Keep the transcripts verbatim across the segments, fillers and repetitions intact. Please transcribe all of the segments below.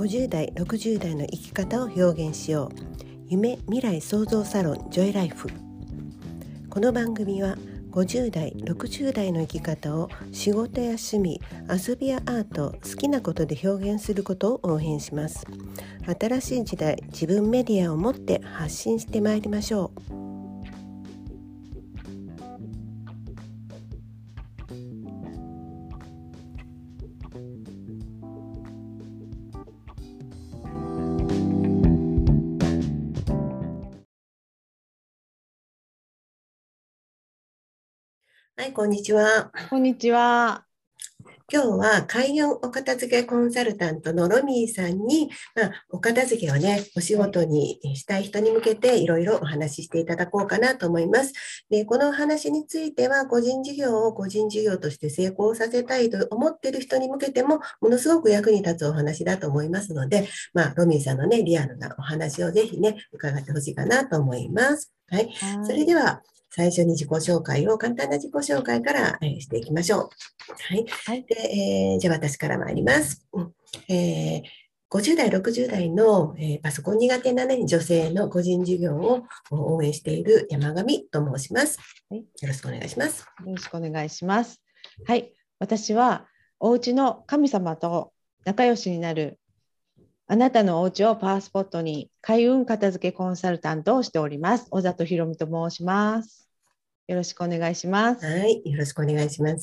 ごじゅう代、ろくじゅう代の生き方を表現しよう。夢未来創造サロンジョイライフ。この番組はごじゅう代、ろくじゅう代の生き方を仕事や趣味、遊びやアート、好きなことで表現することを応援します。新しい時代、自分メディアを持って発信してまいりましょう。はい、こんにちは。 こんにちは。 今日は開運お片付けコンサルタントのロミーさんに、まあ、お片付けをね、お仕事にしたい人に向けていろいろお話ししていただこうかなと思います。で、このお話については、個人事業を個人事業として成功させたいと思っている人に向けても、ものすごく役に立つお話だと思いますので、まあ、ロミーさんのね、リアルなお話をぜひね、伺ってほしいかなと思います。はい。それでは、最初に自己紹介を、簡単な自己紹介から、えーしていきましょう。はい。 はい。 で、えーじゃあ私から参ります。うんえーごじゅう代、ろくじゅう代の、えーパソコン苦手な、ね、女性の個人事業を応援している山上と申します。 はい。 よろしくお願いします。 よろしくお願いします。はい。私はお家の神様と仲良しになるあなたのお家をパワースポットに開運片付けコンサルタントをしております。小里ひろみと申します。よろしくお願いします。 はい。よろしくお願いします。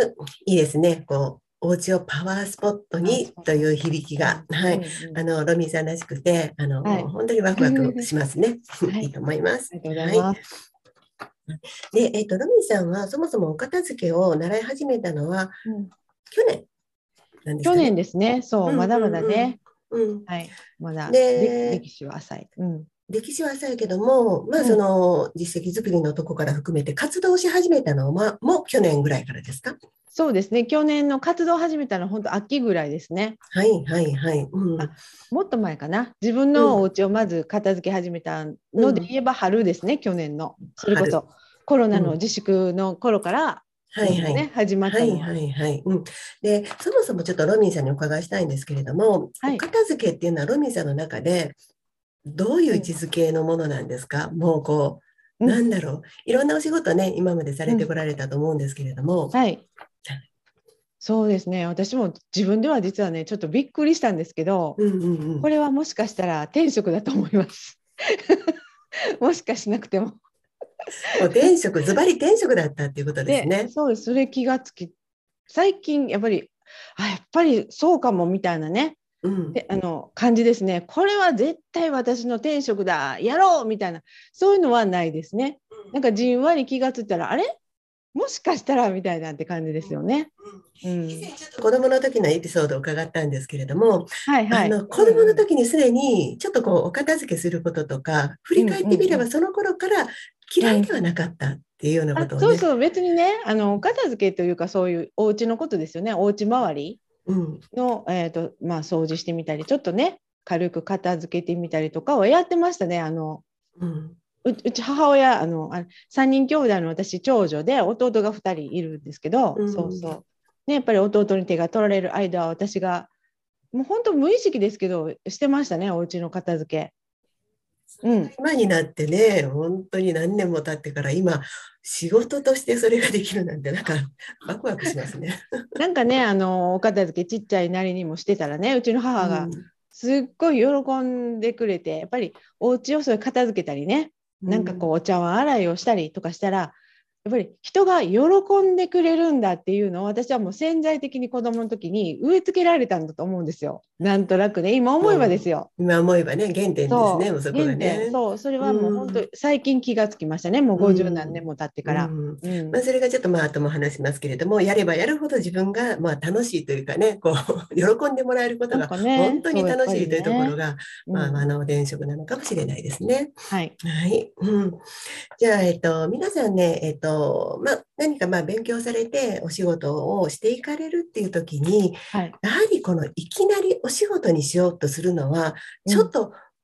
いいですね。こうお家をパワースポットパワーにスポット。 という響きが、はい。 うんうんうん、 あの、ロミーさんらしくて、あの、 はい。 本当にワクワクしますね。 はい。 いいと思います。 ありがとうございはい。 ます。 で、えっと、ロミーさんはそもそもお片付けを習い始めたのはうん、 去年なんです去年かね。 ですね。そう、 うんまだまだうんね。 うん。うん。 はい。まだ歴で、 歴史は浅い。うん。 歴史は浅いけども、まあそうん。 の実績作りのとこから含めて活動し始めたのは、もう去年ぐらいからですか？ そうですね。去年の活動を始めたのは本当秋ぐらいですね。 はいはいはい。うん。 あ、もっと前かな。自分うん。 のお家をまず片付け始めたうん。 ので言えば春ですね、去年の。それこ春。 そコロナのうん。 自粛の頃からですね、 はいはい。 始まっはいたのは。 はいはい。うん。で、そもそもちょっとロミンさんにお伺いしたいんですけれども、おはい。 片付けっていうのはロミンさんの中でどういう位置うん。 づけのものなんですか？もうこう、なうん。 んだろう。いろんなお仕事ね、今までされてこうん。 られたと思うんですけれども、 はい。そうですね。私も自分では実はね、ちょっとびっくりしたんですけど、 うんうんうん。 これはもしかしたら天職だと思います。もしかしなくても。 もう転職、ズバリ転職だったっていうことですで、 ね。 そうです。それ気がつき、最近やっぱり、あ、やっぱりそうかもみたいなね。 うん。 であの感じですね。これは絶対私の天職だ、やろうみたいな、そういうのはないですね。なんかじんわり気がついたら、あれもしかしたらみたいなって感じですよね。う以前ん。 ちょっと子供の時のエピソードを伺ったんですけれども、 はいはい。 あの子供のうんうん。 時にすでにちょっとこうお片付けすることとか、振りうん返ってみればうんその頃からうん。 嫌いではうん。 なかったっていうようなこあ、 とをね。 そうそう、別にね、あの、お片付けというか、そういうお家のことですよね。お家周りうん。 の、えっと、まあ、掃除してみたり、ちょっとね、軽く片付けてみたりとかはやってましたね。あの、 うん。 う、うち母親、あの、あさんにん兄弟の私、長女で、弟がふたりいるんですけど、 うん。 そうそう。ね、やっぱり弟に手が取られる間は、私が、もう本当無意識ですけど、してましたね、お家の片付け。うん。 今になってね、本当に何年も経ってから今、仕事としてそれができるなんて、なんかワクワクしますね。 なんかね、あの、お片付けちっちゃいなりにもしてたらね、うちの母がうん。 すっごい喜んでくれて、やっぱりお家をそれ片付けたりね、 うん。 なんかこう、お茶碗洗いをしたりとかしたら、やっぱり人が喜んでくれるんだっていうのを私はもう潜在的に子供の時に植え付けられたんだと思うんですよ。なんとなくね、今思えばもう、 ですよ。 今思えばね、原点ですね、 そもうそう、原点、 こがね。 そう、それはもう本当うん。 最近気がつきましたね。もううごじゅう何年ん。 も経ってうから。 ん。 うん。 まあ、それがちょっとまあ後も話しますけれども、やればやるほど自分がまあ楽しいというかね、こう喜んでもらえることなんがかね、 本当にそう、やっぱり楽しいというところね。 が、まあ、あうん。 の転職なのかもしれないですね。 はい。 はい。うん。じゃあ、えっと、皆さんね、えっと、まあ、何かまあ勉強されてお仕事をしていかれるっていう時に、 はい。 やはりこのいきなりお仕事にしようとするのは、 うん。 ちょっと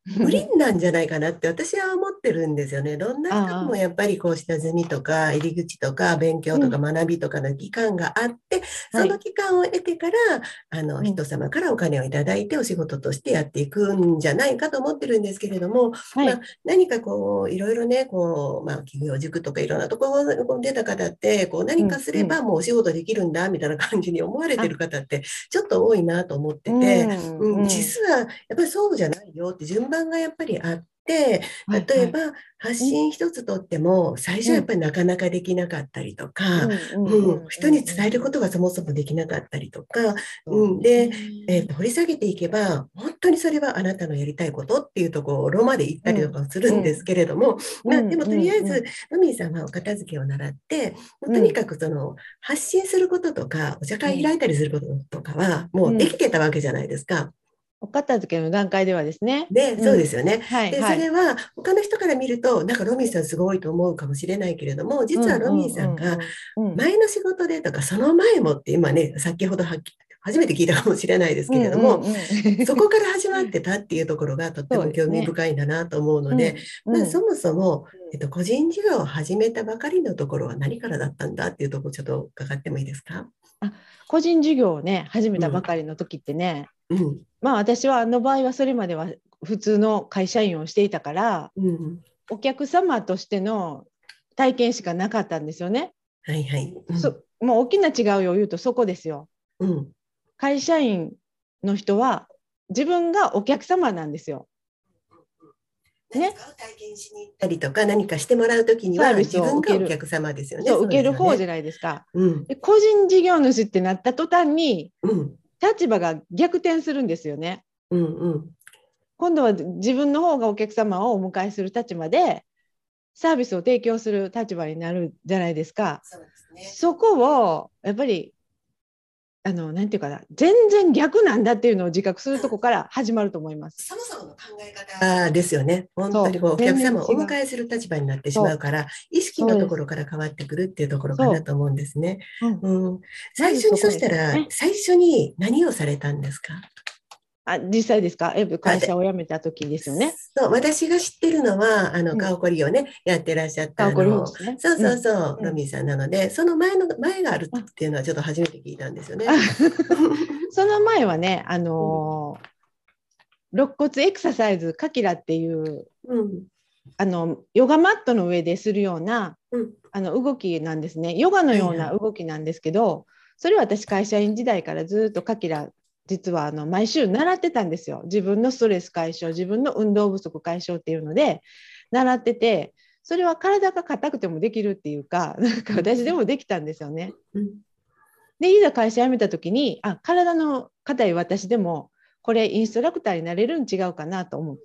無理なんじゃないかなって私は思ってるんですよね。どんな人でもああ、 やっぱりこう下積みとか入り口とか勉強とかうん、 学びとかの期間があって、そのはい、 期間を得てからあのうん、 人様からお金をいただいてお仕事としてやっていくんじゃないかと思ってるんですけれども、まあ、 はい、 何かこういろいろね、こう、まあ、企業塾とかいろんなところに出た方ってこう何かうん、うん。 すればもうお仕事できるんだみたいな感じに思われてあ、 る方ってちょっと多いなと思っうてて、 ん、 うん、 うん。 実はやっぱりそうじゃないよって順番がやっぱりあって、 はい、はい。 例えば発うん、 信一つとっても最初うん、 はやっぱりなかなかできなかったりとか、 うん、うん、ううん、 ん、うん。 人にうん、 伝えることがそもそもできなかったりとか、うそうん、で、えね。 ーと、掘り下げていけば本当にそれはあなたのやりたいことっていうところまで行ったりとうん、 かするんですうん、 けれども、まあ、 うん、 でもとりあえずうん、 ロミーさんはお片付けを習って、もうとにうん、 かくその発信することとかお茶うん、 会開いたりすることとかはもうできうん。 てたわけじゃないですか。 お片付けの段階ではですね。 で、 うん。 そうですよね。 はい、 で、そはい。 れは他の人から見ると、なんかロミーさんすごいと思うかもしれないけれども、 うん、 実はロミーうん、うさんがん、うん。うん、 前の仕事でとか、その前もって今ね、先ほどはっき初めて聞いたかもしれないですうん、 けれども、 うん、うん。 そこから始まってたっていうところがとってそうも興味ですね。 深いんだなと思うので、 うん、うん。 まあそもそも、えっうん、 と、個人事業を始めたばかりのところは何からだったんだっていうところちょっと伺ってもいいですか？ あ、個人事業をね、始めたばうん、 かりの時ってね、 うん、 まあ私はあの場合はそれまでは普通の会社員をしていたから、 うん、 お客様としての体験しかなかったんですよね。 はいはい、うん、 そもう大きな違いを言うとそこですよ。 うん。 会社員の人は自分がお客様なんですよ。ね。 何かを体験しに行ったりとか、何かしてもらうときには、 サービス自分を受ける。 がお客様ですよね。 そう、 そう受けですよね。 る方じゃないですか。 うん、 で、個人事業主ってなった途端にうん、 立場が逆転するんですよね。 うん、うん。 今度は自分の方がお客様をお迎えする立場でサービスを提供する立場になるじゃないですか。 そうですね。 そこをやっぱりあのなんていうかな、全然逆なんだっていうのを自覚するとこから始まると思います。 そもそもの考え方ですよね。本当にそう、 こうお客全然様をお違う。 迎えする立場になってしまうそう、 から、意識のとそうです。 ころから変わってくるっていうところかなそと思うんですね。 う、うん、 うん、 ま最初にそずそこでしたら、 すね。 最初に何をされたんですか？ あ、実際ですか？え、 あ、で、 会社を辞めた時ですよね。 そう、私が知ってるのは、あの、 うん。 顔コリをね、やってらっしゃった、 顔コリ奉あの、 仕ね。 そううん。 そうそう、 うん。 ロミーさんなので、その前の、前があるあ、 っていうのはちょっと初めて聞いたんですよあね。 その前はね、あうん、 のー肋骨エクササイズ、カキラっていう、 うん、 あの、ヨガマットの上でするような、 うん、 あの、動きなんですね。ヨガのようなはいはい。 動きなんですけど、それは私、会社員時代からずっとカキラ、実はあの毎週習ってたんですよ。自分のストレス解消、自分の運動不足解消っていうので、習ってて、それは体が硬くてもできるっていうか、なんか私でもできたんですよね。 うん、 で、いざ会社辞めた時に、あ、体の硬い私でも、これインストラクターになれるん違うかなと思って、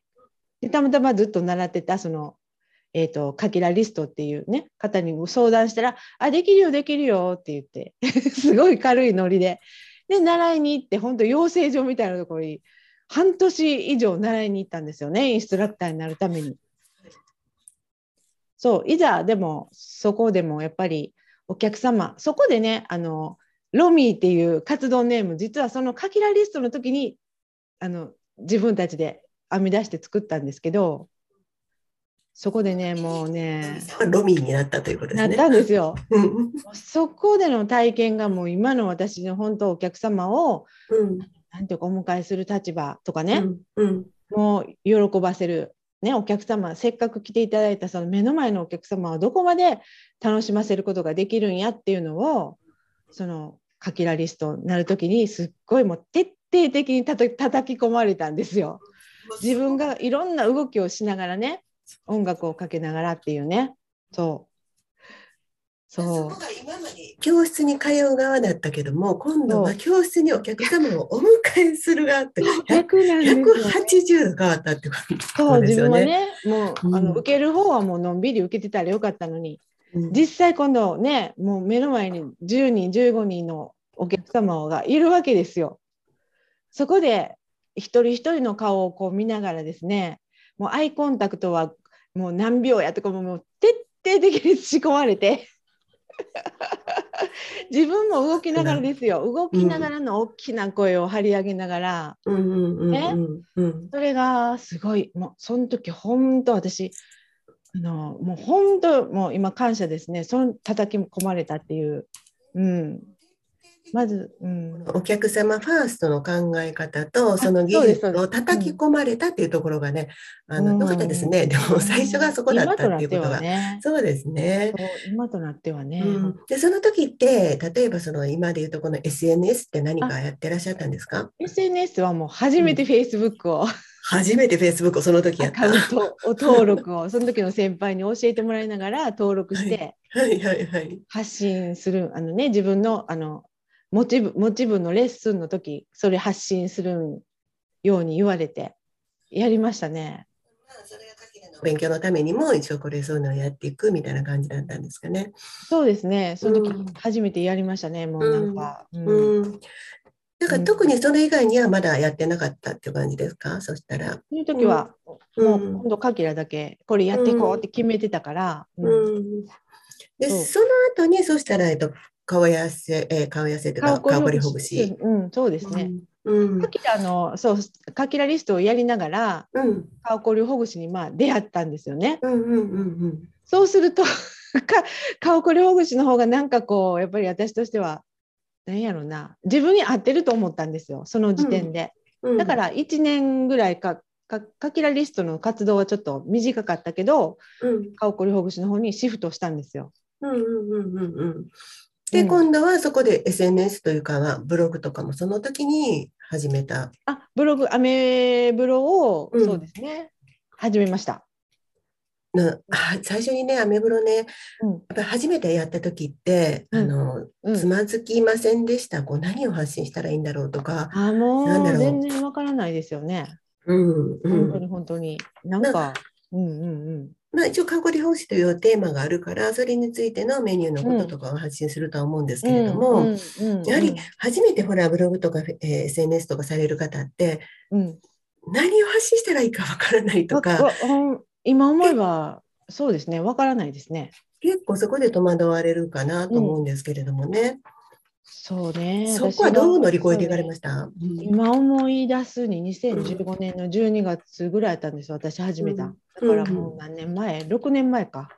でたまたまずっと習ってた、その、えっと、カキラリストっていうね、方に相談したら、あ、できるよ、できるよって言って、すごい軽いノリで。で、習いに行って、本当養成所みたいなところに、半年以上習いに行ったんですよね、インストラクターになるために。そう、いざでもそこでもやっぱりお客様、そこでね、あのロミーっていう活動ネーム、実はそのカキラリストの時にあの自分たちで編み出して作ったんですけど、そこでね、もうね、 ロミーになったということですね。 なったんですよ。 うん、 そこでの体験がもう今の私の本当お客様をうん、 なんていうかお迎えする立場とかね、 うん、うん、 もう喜ばせる、ね、お客様、せっかく来ていただいたその目の前のお客様をどこまで楽しませることができるんやっていうのを、そのカキラリストになるときにすっごいもう徹底的にたた叩き込まれたんですよ。自分がいろんな動きをしながらね、音楽をかけながらっていうね。そうそこそが今まで教室に通う側だったけども、今う度はそう、 教室にお客様をお迎えする側って逆なんですよね。 ひゃくはちじゅうど変わったってことそう、自ですよね。 分はね、もうあのうん、 受ける方はもうのんびり受けてたらよかったのに、 うん、 実際今度ね、もう目の前にじゅうにん、じゅうごにんのお客様がいるわけですよ。そこで一人一人の顔をこう見ながらですね、もうアイコンタクトはもう何秒やとかももう徹底的に仕込まれて自分も動きながらですよ。動きながうんらの大きな声を張り上げながら、 うんうんうね。 んうんうんそれがすごい、もうその時本当私、あのもう本当もう今感謝ですね。その叩き込まれたっていう。うん。まず、うん。 お客様ファーストの考え方と、そあ、 の技そうです、そ術うです。 を叩きうん。 込まれたっていうところがね、あうの、良かったですね。 ん。 でも、最初がね、 そこだったっ今となってていうことが。 はね、 そうですね。 そう、今となってはね、ほん、 うん。で、その時って、例えばその今で言うとこの エスエヌエス って何あ、 かやってらっしゃったんですか？ エスエヌエス はもう初めてうん。 Facebook を初めて Facebook をその時やった。 アカウントを登録を、その時の先輩に教えてもらいながら登録はい。 してはいはいはい。 発信する、あのね、自分の、あの、モチブ、モチブのレッスンの時、それ発信するように言われて、やりましたね。 まあ、それが書きの勉強のためにも、一応これそういうのをやっていくみたいな感じだったんですかね。 そうですね。その時うん。 初めてやりましたね。もうなんうん。 か、うん。 うん。なんか特うん。 にそれ以外にはまだやってなかったっていう感じですか、そしたら。 その時うん。 は、 うん。 もう今度カキラだけ、これやっていこうって決めてたから、うん。 うん。で、 そう。 その後に、そしたら、えっと、顔痩せ、えー顔痩せというか、 顔こり顔こりほぐし、 ほぐし。 うん、そうですね。 うん。うん。 カキラの、そう、カキラリストをやりながら、 うん。 顔こりほぐしにまあ出会ったんですよね。 うん。うん。うん。 そうするとか顔こりほぐしの方がなんかこうやっぱり私としては何やろうな、自分に合ってると思ったんですよ、そのうん。 時点で。 うん。 だからいちねんぐらいかかカキラリストの活動はちょっと短かったけど、 うん。 顔こりほぐしの方にシフトしたんですよ。 うん。うん。うん。うん。で、 うん、 今度はそこで エスエヌエス というか、まあブログとかもその時に始めた。 あ、ブログ、アメブロをそうでうん。 すね、始めました。 な、あ、最初にね、アメブロね、やっうん、 ぱり初めてやった時って、 うん、 あの、 うん。 つまずきませんでした。こう、何を発信したらいいんだろうとか、 あ、 なんだもう全ろ然わからないですよね。 う。うん、 本当にうん。 本当に。なんまあ、 か、うんうんまあ、一応、カンコリ奉仕というテーマがあるから、それについてのメニューのうん。うんこととかを発信するとは思うんですうけれども、 んうんうんやはりうん初めてほら、ブログとか、えー エスエヌエス とかされる方って、 うん。 何を発信したらいいかわからないとわか、 わうん今思えけば、そうですね、わからないですね。 結構そこで戸惑われるかなと思うんうん。 ですけれどもね。 そうね、 そこはどう私が、 乗り越えていかれまそうね、 した？うん。 今思い出すに2015 うん。 年のじゅうにがつぐらいだったんですよ、私始めた。 うん。 だうからもうん。 何年前？ ろく 年前か。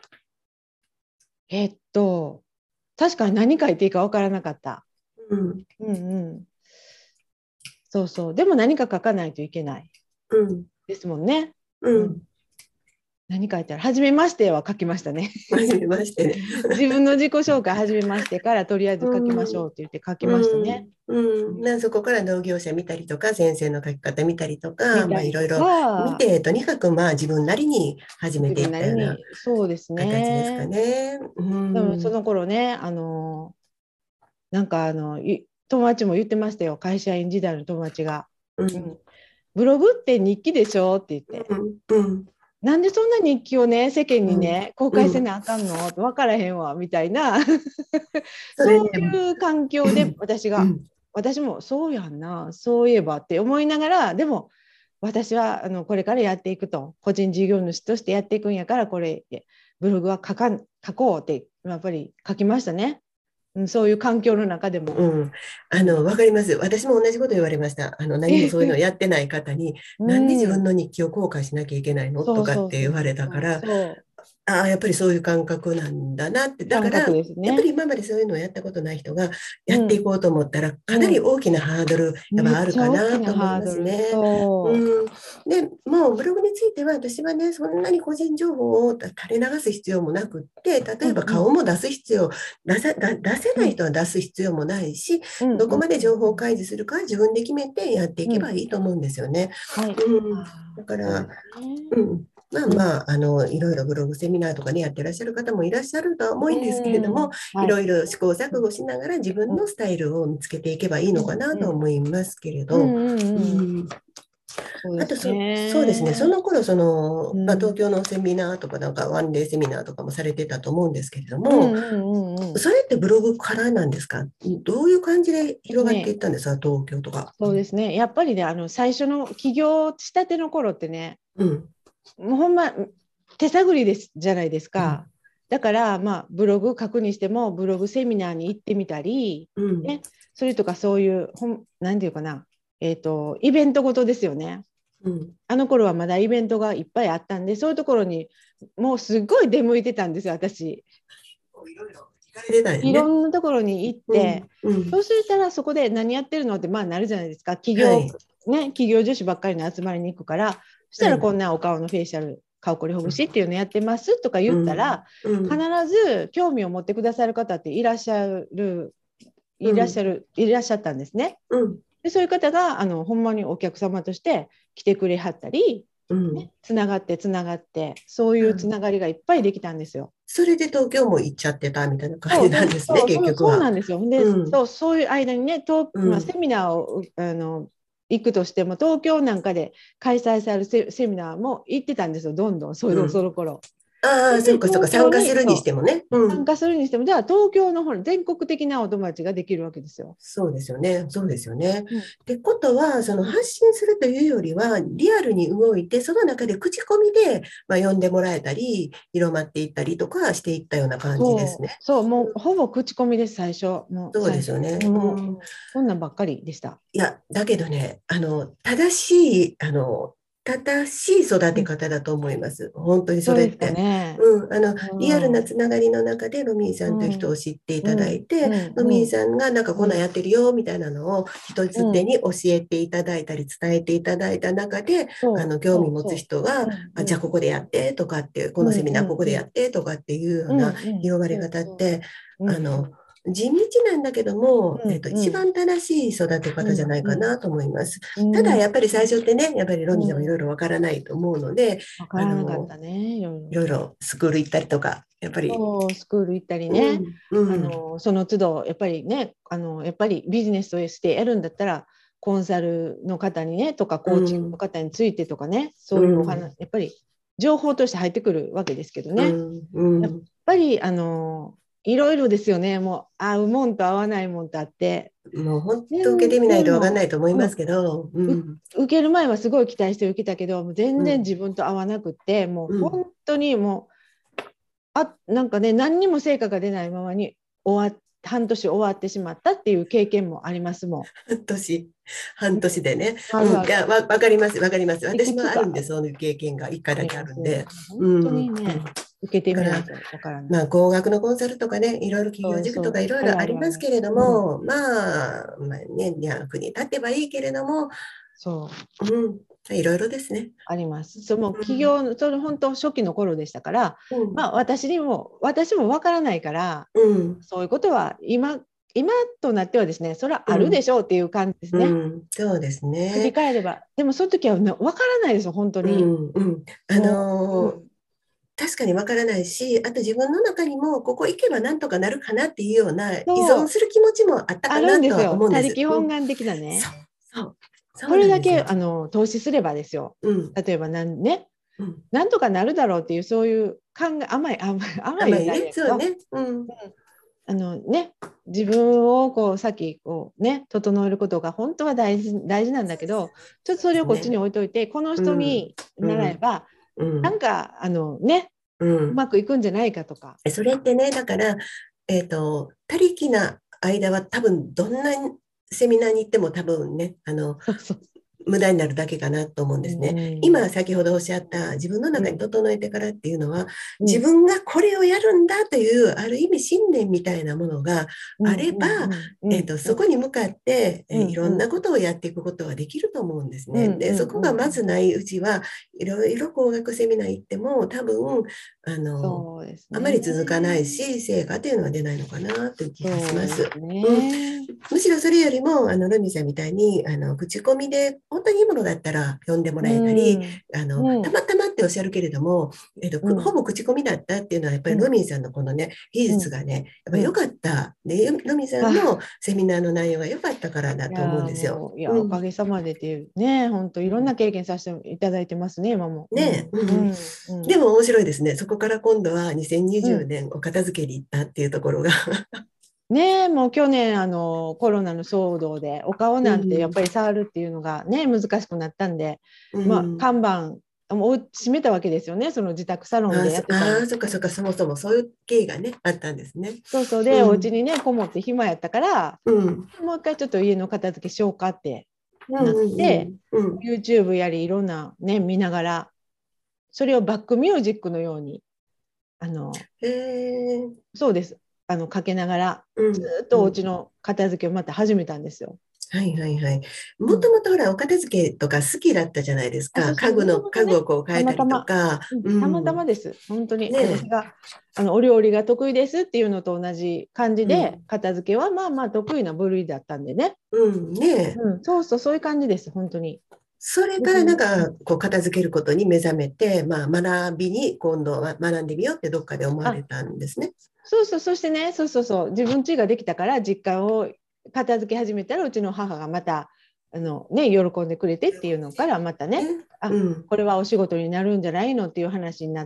えっと、確かに何書いていいかわからなかった。 うん。 うんうん。そうそう。でも何か書かないといけないうん。 ですもんね。 ううん。 ん。 何書いてある？はじめましては書きましたね。 はじめましてね。 自分の自己紹介、はじめましてからとりあえず書きましうん。 ょうって言って書きましたね。 うん。うん。 うん、 なそこから同業者見たりとか、先生の書き方見たりとか、まあ見たりといろいろ見か、 て、とにかくまあ自分なりに始めてい自分なったようなりに、そうです形ですかね。 ね。うでもそん。 の頃ね、あの、なんかあの、い友達も言ってましたよ、会社員時代の友達が。 うん。 うん、ブログって日記でしょって言って。 うん。うん。 なんでそんな日記をね、世間にうん。 ね、公開せうん。 なあかんの分からへんわ、みたいな、そうそれね、 いう環境で私が、 うん。 私もそうやんな、そういえばって思いながら、でも私はあのこれからやっていくと、個人事業主としてやっていくんやから、これ、ブログは書かん書こうって、やっぱり書きましたね。うん、そういう環境の中でも。 うん。 うん、 あの、わかります。私も同じこと言われました。あの、何もそういうのやってない方に、 うなんで自分ん、 の日記を公開しなきゃいけないのとそうかっそうそうて言われたかそうら、 そああ、やっぱりそういう感覚なんだなって。 う、感覚だから、 ですね。 やっぱり今までそういうのをやったことない人がやっていうん、 こうと思ったら、かなりうん。 大きなハードル、やっぱあるめっちゃかな大きなと思いまハードル。 すね。 そうん。で、もうブログについては、私はね、そんなに個人情報を垂れ流す必要もなくって、 う。 例えばうんうん顔も出す必要、出さ、だ出せうんない人は出す必要もないし、 うんどこまでうん情報を開示するかは自分で決めてやっていうん。 けばいいと思うんですよね。 はい。 うん。 ああ、 だから、 そうですね。 うん。まあうんまあ、あの、いろいろブログセミナーとかね、やってらっしゃる方もいらっしゃるとは思うんですけれども、 うん。はい。 いろいろ試行錯うん誤しながら自分うんのスタイルを見つけていけばいいのかなとうん思いますけれど、 うんうんうんうん。 うん。 そうですあとそ、そうですね、そね。 の頃、その、まあ、東うん京のセミナーとか、なんかワンデーセミナーとかもされてたと思うんですけれども、 うんうんうんうん。 それってブログからなんですか？どういう感じで広がっていね、 ったんですか、東京とか。 そうですね。やっぱりね、あの最初の起業したての頃ってね、 うん。 もうほんま手探りですじゃないですうん。 か。 だからまあブログ書くにしてもブログセミナーに行ってみたり、 うんね、それとかそういう本なんていうかな、えーと、イベントごとですよね。 うん、 あの頃はまだイベントがいっぱいあったんで、そういうところにもうすごい出向いてたんですよ、私。 いろいろ聞かれてたよいろね。 んなところに行っうん、 て、 うん、 そうしたらそこで何やってるのってまあなるじゃないですか。企業、 はい、 ね、企業女子ばっかりの集まりに行くから、そしたはい、 らこんなお顔のフェイシャル、顔こりほぐしっていうのやってますとか言ったうん、 ら、必うん、 ず興味を持ってくださる方っていらっしゃる、いらっしうん、 ゃる、いらっしゃったんですね。 うん、 で、そういう方があのほんまにお客様として来てくれはったり、 うん。 ね、つながってつながって、そういうつながりがいっぱいできたんですよ。 それで東京も行っちゃってたみたいな感じそうなんですね、 そうそう、そう結局は。 なんですよ。で、 うん、 そう、そういう間にね、東まあ、セうん、 ミナーをあの行くとしても、東京なんかで開催されるセ、セミナーも行ってたんですよ、どんどん、そのそうん。 の頃。 ああ、そうで、 か、そうか、 東京に、 参加するにしそう、 てもね。うん。 参加するにしても、じゃあ東京の方の全国的なお友達ができるわけですよ。 そうですよね。そうですよね。っうんてことは、そのうん発信するというよりは、リアルに動いて、その中で口コミで、まあ、読んでもらえたり、広まっていったりとかしていったような感じですそう、 ね。 そう、もうほぼ口コミです、最初。もうそうで最初。 すよね。うもう、 ん。 うんそんなんばっかりでした。 いや、だけどね、あの、正しい、あの、正しい育てうん、 方だと思います。本当にそそうですかれって。 ね。 うん、あの、 うリアルなん、 つながりの中で、ロミーさんという人うん、 を知っていただうん、 いて、 うん、 ロミーうん、 さんがなんかこんなんやってるよ、みたいなのを一つ手うん。 に教えていただいたり、伝えていただいた中で、あの、 そう、そう、 興味持つそ人が、 う。うん、 あ、じゃあここでやってとかって、こうん、 のセミナーここうん、うん、 でやってとかっていうよううん、 なうん、 広がりそう、そう。 方って、 うん、 あの、地道なんだけども、 うん、 えっと、 うん、 一番正しい育て方じゃうん、 ないかうなと思います。たん、うん、 だやっぱり最初ってね、やっぱりロミさんもいろいろうん。 わからないと思うので、 わからなかっあの、 たね、いろいろ。 いろいろスクール行ったりとか、やっぱり、 そう、スクール行ったりね。 うん、うん、 あの、その都度、やっぱりね、あの、やっぱりビジネスをしてやるんだったら、コンサルの方にね、とか、コーチングのうん、 方についてとかね、 うそういうお話、 ん、 やっぱり情報として入ってくるわけですけどね。 うん、うやっん、 ぱり、あの、いろいろですよね。もう、合うもんと合わないもんとあって、 もう本当受け全てみないとわかんな然もいと思いう、 ますうん、 けど、ううん、 受ける前はすごい期待して受けたけど、もう全然うん、 自分と合わなくって、もううん。 本当にもう、あ、なんかね、何にも成果が出ないままに終わっ、半年終わってしまったっていう経験もありますも半年、半ん。うん、 年でね。うん、いあるある。 や、わ、わかります、わかります。 いく私もあるんで、 つかそういう経験が一回だけああります。 るんで。 本当うん、うん。 にね、受けてだから、 みないとわからない。 まあ、高額のコンサルとかね、いろいろ企業そうそう、 塾とかいろいあるろありあるある。 ますけれどうん、 も、まあ、まあね、役に立てばいいけれども、 そう、 うん、いろいろですね。 あります。そのうん、 企業の、その本当初期の頃でしたから、 うん、 まあ私にも、私もわからないから、 うん、 そういうことは今、今となってはですね、それはあるでうん、 しょうっていう感じですうね。 ん、そうです振りね。 返れば。でもその時はねわからないですよ、本当に。 うん、うん。あもう、うのーん、 確かにわからないし、あと自分の中にも、ここ行けばなんとかなるかなっていうような依そう、 存する気持ちもあったあかなとはるんですよ。 思うんです。 他力うん。 本願的なね。 そう、そう、そうこれだけなんですよ。 あの投資すればですよ。 うん、 例えばなんね、 うん。 なんとかなるだろうっていうそういう考え、甘い、甘い、甘い言う甘いね。 たらあれやけど、 そうね。うん、 あのね、自分をこうさっきこうね、整えることが本当は大事、大事なんだけど、ちょっとそれをこっちにですね。 置いといて、このうん、 人にうん、 習えば、 うん、 なんかあのね、 うん。 うまくいくんじゃないかとか。 それってね、だから、えっと、他力な間は多分、どんなセミナーに行っても多分ね、あの、 そうそう。 無駄になるだけかなと思うんうですね。 ん、 今、先ほどおっしゃった自分の中にうん、 整えてからっていうのは、 うん、 自分がこれをやるんだという、ある意味信念みたいなものがうん、 あれば、 うん、うえっと、 ん、うん、 そこに向かって、えーうん、 いろんなうん、 ことをやっていくことはできると思うんですね。 うん、 で、そこうん、 がまずないうちは、いろいろ工学セミナー行っても、多分、あの、 そうですあまりね。 続かないし、成果というのは出ないのかなという気がします。 そうですうん、 ね。 むしろそれよりも、あの、ルミさんみたいに、あの、口コミで、本当にいいものだったら読んでもうらえたり、 ん、 あの、たうん、 またまっておっしゃるけれども、えっと、くほうん、 ぼ口コミだったっていうのは、やっぱりロうん、 ミンさんのこのね、技うん、 術がね、やっぱうん。 り良かった。で、ロミンさんあ、 のセミナーの内容が良かったからだと思うんいや、 ですよ。 もう、いや、おうん。 かげさまでっていうね、本当いろんな経験させていただいてますね、今も。うねえ、 ん、ううん。 ん、うん、 でも面白いですね。そこから今度は2020 うん。 年お片付けに行ったっていうところが。 ねえ、もう去年、あの、コロナの騒動で、お顔うなんてやっん、 ぱり触るっていうのがね、難しくなったんで、 うまあ、 ん、 看板もう閉めたわけですよね。その自宅サロンあーそでやってたの。 あー、そっかそっか、そもそもそういう経緯がね、あったんですね。 そうそうで、 うん、 お家にね、こもって暇やったから、 うん、 もう一回ちょっと家の片付けしようかってうん、 なっうん、 て、 うん、うん。 YouTube やりいろんなね、見ながら、それをバックミュージックのように、あの、 へえ、 そうです。あの、かけながら、ずうん、 っとおうん。 家の片付けをまた始めたんですよ。 はいはいはい。 うん。 もともとほら、お片付けとか好きだったじゃないですあ、そか。 うそう、も家具の、 ともとね、 家具をこう変たえたりとまたま、 か。 うん、 うたまたまん。 です。本当に私ねがあのお料理が得意ですっていうのと同じ感じえ。うで、 ん。 片付けはまあまあ得意な部類だったんでね。 うん。ねえ。 うん、そうそう、そういう感じです、本当に。 それからなん別に、うか、 ん、 こう、片付けることに目覚めて、まあ、学びに今度は学んでみようってどっかで思われあ、 たんですね。 そうそう、そしてね、そうそうそう、自分家ができたから実家を片付け始めたら、うちの母がまたあの、ね、喜んでくれてっていうのからまたね、 ね。 あ、 うん。 これはお仕事になるんじゃないのっていう話になって、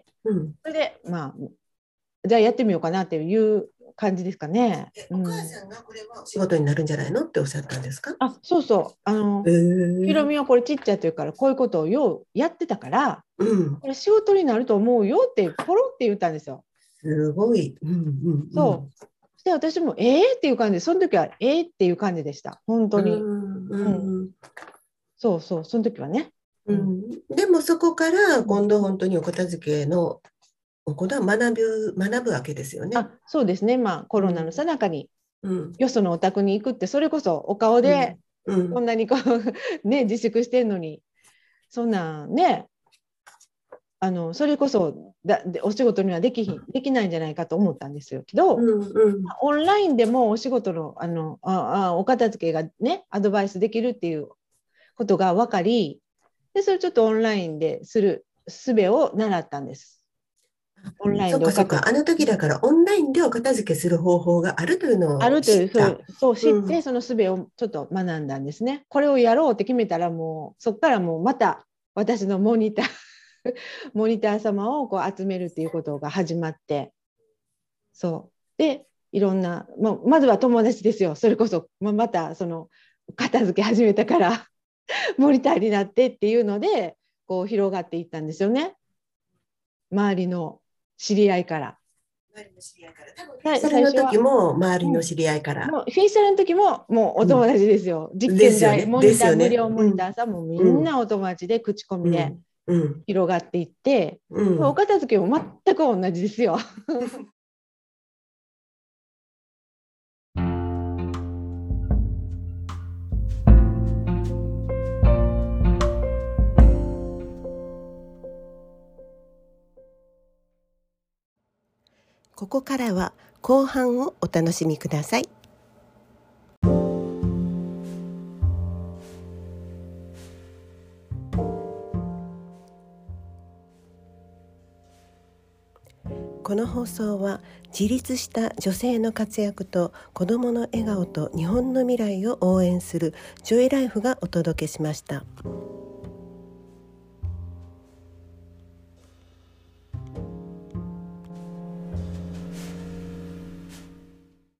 うん。 それでまあじゃあやってみようかなっていう感じですかね。 え、お母うん、 さんがこれはお仕事になるんじゃないのっておっしゃったんですか？ あ、そうそう、あのへえ。 ひろみはこれちっちゃい時からこういうことをようやってたから、 うん。 これ仕事になると思うよってポロって言ったんですよ。 すごい。うんうんうん。 そう。そして私もえーっていう感じで、その時はえーっていう感じでした。本当うに。 んううん。 んそうそう、その時はね。うん。 うん。でもそこからうん、 今度本当にお片付けの、今度は学ぶ、学ぶわけですよね。 あ、そうですね。まあコロナのうん。 最中にうん。 よそのお宅に行くって、それこそお顔でうん。うん。 こんなにこうね、自粛してんのに、そんなんね、あのそれこそだでお仕事にはできひん、できないんじゃないかと思ったんですよけど、 うんうん。 オンラインでもお仕事の、あのああお片付けがね、アドバイスできるっていうことが分かり、でそれちょっとオンラインでする術を習ったんです。オンラインでそっかそっか。あお片付け、 の時だからオンラインでお片付けする方法があるというのをあるという、そ知った。 うそう知っうん。 て、その術をちょっと学んだんですね。これをやろうって決めたら、もうそこからもうまた私のモニターモニター様をこう集めるっていうことが始まって、そうでいろんな、まあ、まずは友達ですよ。それこそ、まあ、またその片付け始めたからモニターになってっていうので、こう広がっていったんですよね、周りの知り合いから。 周りの知り合いから。多分フェイさサルの時最初は、 も周りうん、 の知り合いから。 もうフィーシャルの時ももうお友うん。 達ですよ。実験台、 ですよね。 モニター、無ですよね。 料モニタうん。 ーさんもみうん。 んなお友達で口コミでうん。うん。 広がっていって、 うん。 お片付けも全く同じですよ。 ここからは後半をお楽しみください。この放送は自立した女性の活躍と子どもの笑顔と日本の未来を応援するジョイライフがお届けしました。